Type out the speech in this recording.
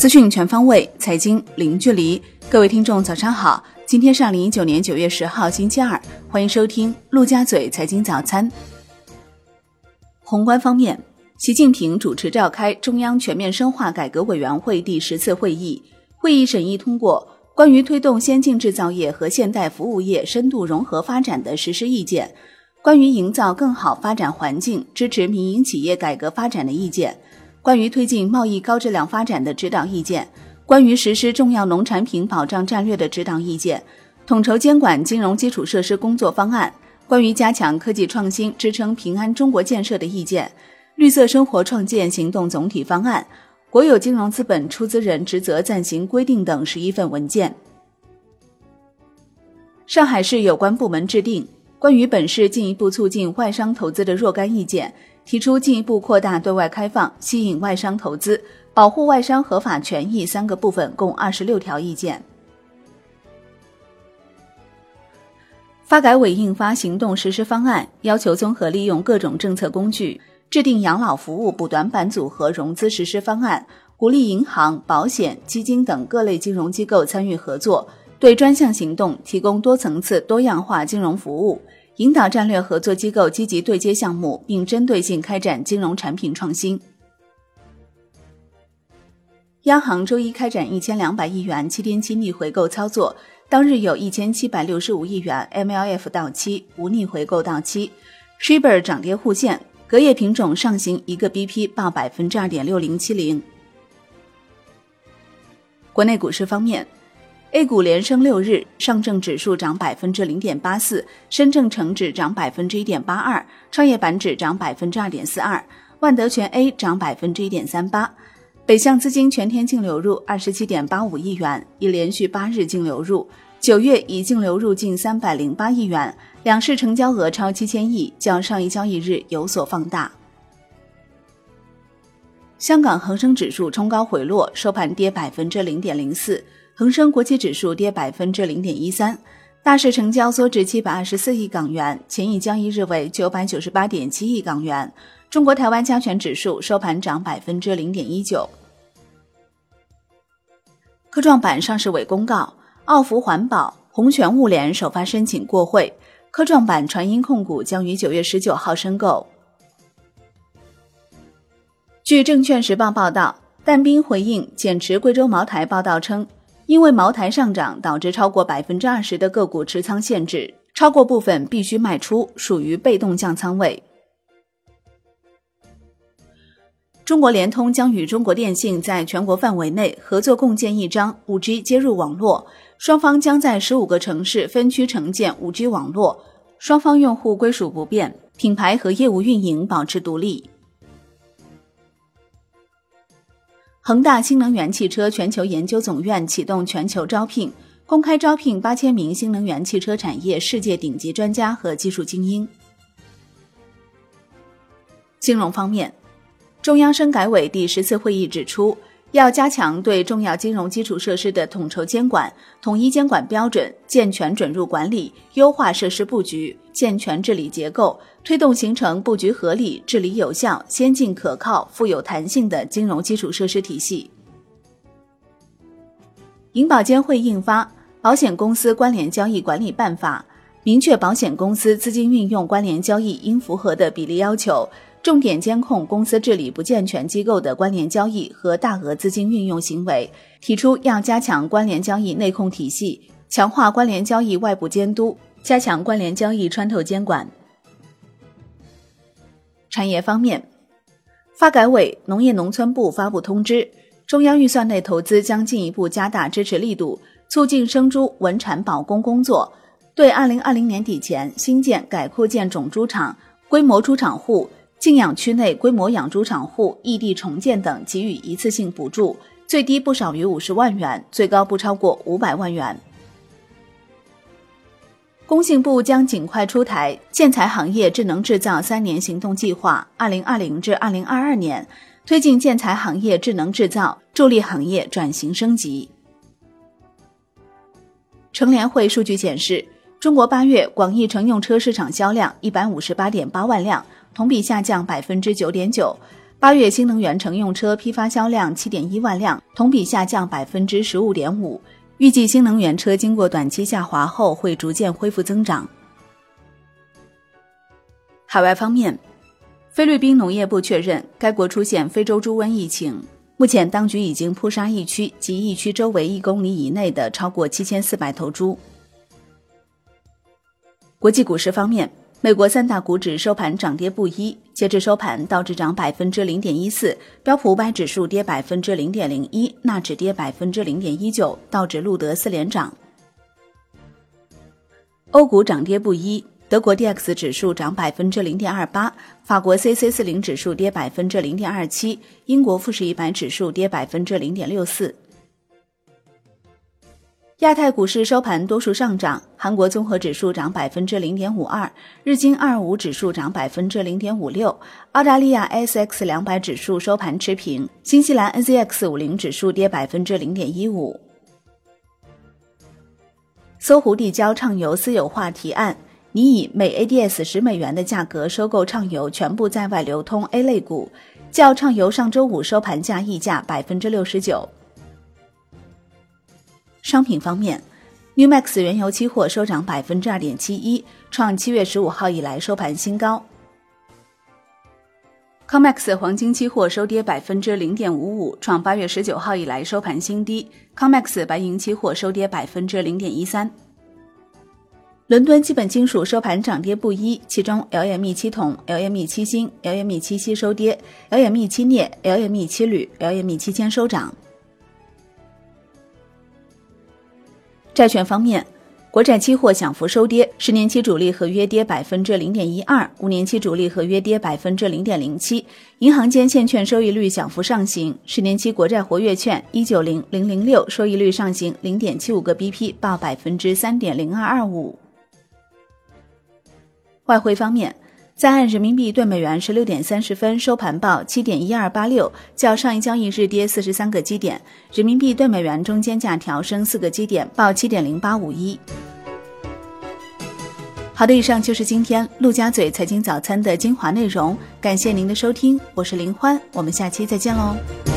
资讯全方位，财经零距离。各位听众早上好，今天是2019年9月10号星期二，欢迎收听陆家嘴财经早餐。宏观方面，习近平主持召开中央全面深化改革委员会第10次会议，会议审议通过关于推动先进制造业和现代服务业深度融合发展的实施意见，关于营造更好发展环境，支持民营企业改革发展的意见，关于推进贸易高质量发展的指导意见，关于实施重要农产品保障战略的指导意见，统筹监管金融基础设施工作方案，关于加强科技创新支撑平安中国建设的意见，绿色生活创建行动总体方案，国有金融资本出资人职责暂行规定等11份文件。上海市有关部门制定关于本市进一步促进外商投资的若干意见，提出进一步扩大对外开放，吸引外商投资，保护外商合法权益3个部分共26条意见。发改委印发行动实施方案，要求综合利用各种政策工具，制定养老服务补短板组合融资实施方案，鼓励银行、保险、基金等各类金融机构参与合作，对专项行动提供多层次多样化金融服务，引导战略合作机构积极对接项目，并针对性开展金融产品创新。央行周一开展1200亿元7天期逆回购操作，当日有1765亿元 MLF 到期，无逆回购到期。Shibor 涨跌互现，隔夜品种上行1个 BP 报 2.6070%。国内股市方面，A 股连升6日，上证指数涨 0.84%， 深证成指涨 1.82%， 创业板指涨 2.42%， 万德全 A 涨 1.38%。北向资金全天净流入 27.85 亿元，已连续8日净流入，9月已净流入近308亿元，两市成交额超7000亿，较上一交易日有所放大。香港恒生指数冲高回落，收盘跌 0.04%， 恒生国际指数跌 0.13%， 大市成交缩至724亿港元，前一交易日为 998.7 亿港元。中国台湾加权指数收盘涨 0.19%。 科创板上市委公告，奥福环保、宏泉物联首发申请过会，科创板传音控股将于9月19号申购。据证券时报报道，但斌回应减持贵州茅台报道称，因为茅台上涨导致超过 20% 的个股持仓限制，超过部分必须卖出，属于被动降仓位。中国联通将与中国电信在全国范围内合作共建一张 5G 接入网络，双方将在15个城市分区承建 5G 网络，双方用户归属不变，品牌和业务运营保持独立。恒大新能源汽车全球研究总院启动全球招聘，公开招聘8000名新能源汽车产业世界顶级专家和技术精英。金融方面，中央深改委第10次会议指出，要加强对重要金融基础设施的统筹监管，统一监管标准，健全准入管理，优化设施布局，健全治理结构，推动形成布局合理、治理有效、先进可靠、富有弹性的金融基础设施体系。银保监会印发《保险公司关联交易管理办法》，明确保险公司资金运用关联交易应符合的比例要求，重点监控公司治理不健全机构的关联交易和大额资金运用行为，提出要加强关联交易内控体系，强化关联交易外部监督，加强关联交易穿透监管。产业方面，发改委、农业农村部发布通知，中央预算内投资将进一步加大支持力度，促进生猪稳产保供工作，对2020年底前新建、改扩建种猪场、规模猪场户、禁养区内规模养猪场户异地重建等给予一次性补助，最低不少于50万元，最高不超过500万元。工信部将尽快出台建材行业智能制造3年行动计划 2020至2022年，推进建材行业智能制造，助力行业转型升级。乘联会数据显示，中国8月广义乘用车市场销量158.8万辆，同比下降 9.9%， 8月新能源乘用车批发销量 7.1 万辆，同比下降 15.5%， 预计新能源车经过短期下滑后会逐渐恢复增长。海外方面，菲律宾农业部确认该国出现非洲猪瘟疫情，目前当局已经扑杀疫区及疫区周围1公里以内的超过7400头猪。国际股市方面，美国3大股指收盘涨跌不一，截至收盘，道指涨 0.14%， 标普500指数跌 0.01%， 纳指跌 0.19%， 道指录得4连涨。欧股涨跌不一，德国 DAX 指数涨 0.28%， 法国 CAC40 指数跌 0.27%， 英国富时100指数跌 0.64%。亚太股市收盘多数上涨，韩国综合指数涨 0.52%， 日经225指数涨 0.56%， 澳大利亚 ASX 200指数收盘持平，新西兰 NZX50 指数跌 0.15%。搜狐递交畅游私有化提案，拟以每 ADS 10美元的价格收购畅游全部在外流通 A 类股，较畅游上周五收盘价溢价 69%。商品方面， Newmax 原油期货收涨 2.71%， 创7月15号以来收盘新高。COMEX 黄金期货收跌 0.55%， 创8月19号以来收盘新低。COMEX 白银期货收跌 0.13%。伦敦基本金属收盘涨跌不一，其中 LME 期铜、LME 期锌、LME 期锡收跌， LME 期镍、LME 期铝、LME 期铅收涨。债券方面，国债期货小幅收跌，10年期主力合约跌 0.12%， 5年期主力合约跌 0.07%， 银行间现券收益率小幅上行，10年期国债活跃券190006收益率上行 0.75 个 BP， 报 3.0225%。外汇方面，在岸人民币对美元16点30分收盘报 7.1286， 较上一交易日跌43个基点，人民币对美元中间价调升4个基点，报 7.0851。 好的，以上就是今天陆家嘴财经早餐的精华内容，感谢您的收听，我是林欢，我们下期再见喽。